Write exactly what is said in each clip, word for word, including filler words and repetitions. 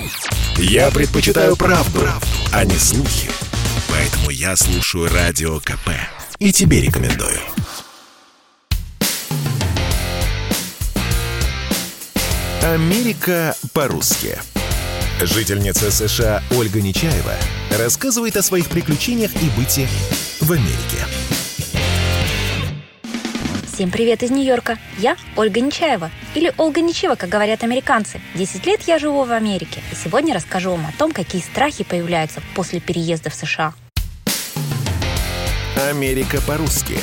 Я предпочитаю правду, правду, а не слухи. Поэтому я слушаю Радио КП. И тебе рекомендую. Америка по-русски. Жительница США Ольга Нечаева рассказывает о своих приключениях и быте в Америке. Всем привет из Нью-Йорка. Я Ольга Нечаева, или Ольга Нечаева, как говорят американцы. Десять лет я живу в Америке, и сегодня расскажу вам о том, какие страхи появляются после переезда в США. Америка по-русски.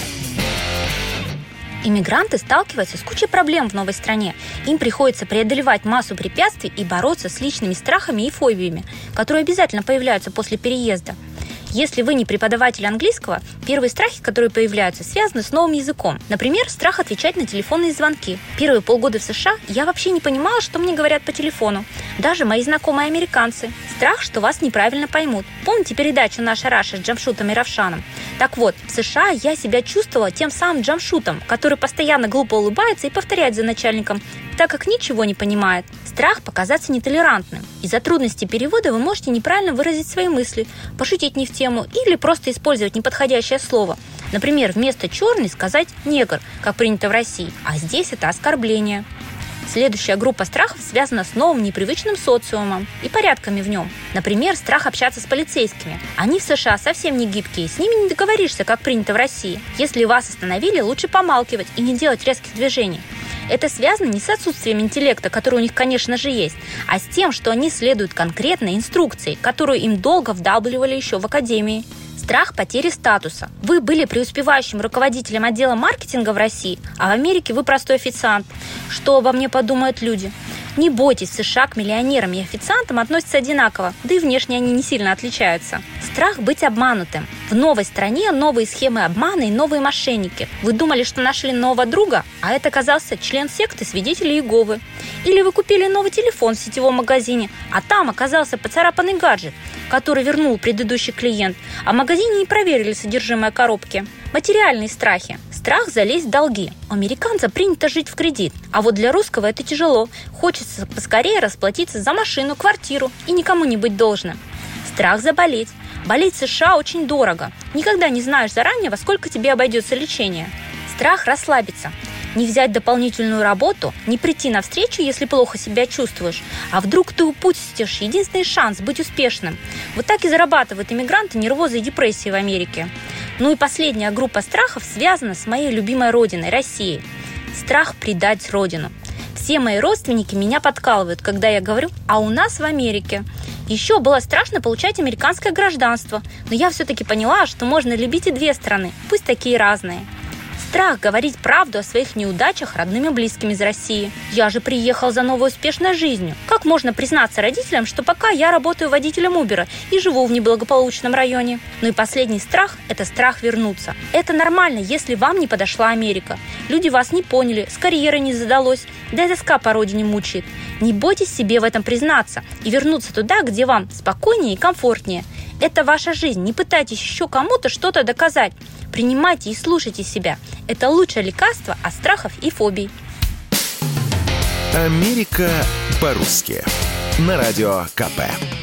Иммигранты сталкиваются с кучей проблем в новой стране. Им приходится преодолевать массу препятствий и бороться с личными страхами и фобиями, которые обязательно появляются после переезда. Если вы не преподаватель английского, первые страхи, которые появляются, связаны с новым языком. Например, страх отвечать на телефонные звонки. Первые полгода в США я вообще не понимала, что мне говорят по телефону. Даже мои знакомые американцы. Страх, что вас неправильно поймут. Помните передачу «Наша Раша» с Джамшутом и Равшаном? Так вот, в США я себя чувствовала тем самым Джамшутом, который постоянно глупо улыбается и повторяет за начальником, так как ничего не понимает. Страх показаться нетолерантным. Из-за трудностей перевода вы можете неправильно выразить свои мысли, пошутить не в тему или просто использовать неподходящее слово. Например, вместо «черный» сказать «негр», как принято в России, а здесь это оскорбление. Следующая группа страхов связана с новым непривычным социумом и порядками в нем. Например, страх общаться с полицейскими. Они в США совсем не гибкие, с ними не договоришься, как принято в России. Если вас остановили, лучше помалкивать и не делать резких движений. Это связано не с отсутствием интеллекта, который у них, конечно же, есть, а с тем, что они следуют конкретной инструкции, которую им долго вдалбливали еще в академии. Страх потери статуса. Вы были преуспевающим руководителем отдела маркетинга в России, а в Америке вы простой официант. Что обо мне подумают люди? Не бойтесь, в США к миллионерам и официантам относятся одинаково, да и внешне они не сильно отличаются. Страх быть обманутым. В новой стране новые схемы обмана и новые мошенники. Вы думали, что нашли нового друга, а это оказался член секты свидетелей Иеговы. Или вы купили новый телефон в сетевом магазине, а там оказался поцарапанный гаджет, который вернул предыдущий клиент, а в магазине не проверили содержимое коробки. Материальные страхи. Страх залезть в долги. У американца принято жить в кредит, а вот для русского это тяжело. Хочется поскорее расплатиться за машину, квартиру и никому не быть должным. Страх заболеть. Болеть в США очень дорого. Никогда не знаешь заранее, во сколько тебе обойдется лечение. Страх расслабиться. Не взять дополнительную работу, не прийти на встречу, если плохо себя чувствуешь. А вдруг ты упустишь единственный шанс быть успешным. Вот так и зарабатывают иммигранты нервозы и депрессии в Америке. Ну и последняя группа страхов связана с моей любимой родиной, Россией. Страх предать родину. Все мои родственники меня подкалывают, когда я говорю «а у нас в Америке». Еще было страшно получать американское гражданство, но я все-таки поняла, что можно любить и две страны, пусть такие разные. Страх говорить правду о своих неудачах родным и близким из России. Я же приехал за новой успешной жизнью. Как можно признаться родителям, что пока я работаю водителем Uber и живу в неблагополучном районе? Ну и последний страх – это страх вернуться. Это нормально, если вам не подошла Америка. Люди вас не поняли, с карьерой не задалось, да и тоска по родине мучает. Не бойтесь себе в этом признаться и вернуться туда, где вам спокойнее и комфортнее. Это ваша жизнь, не пытайтесь еще кому-то что-то доказать. Принимайте и слушайте себя. Это лучшее лекарство от страхов и фобий. Америка по-русски. На Радио КП.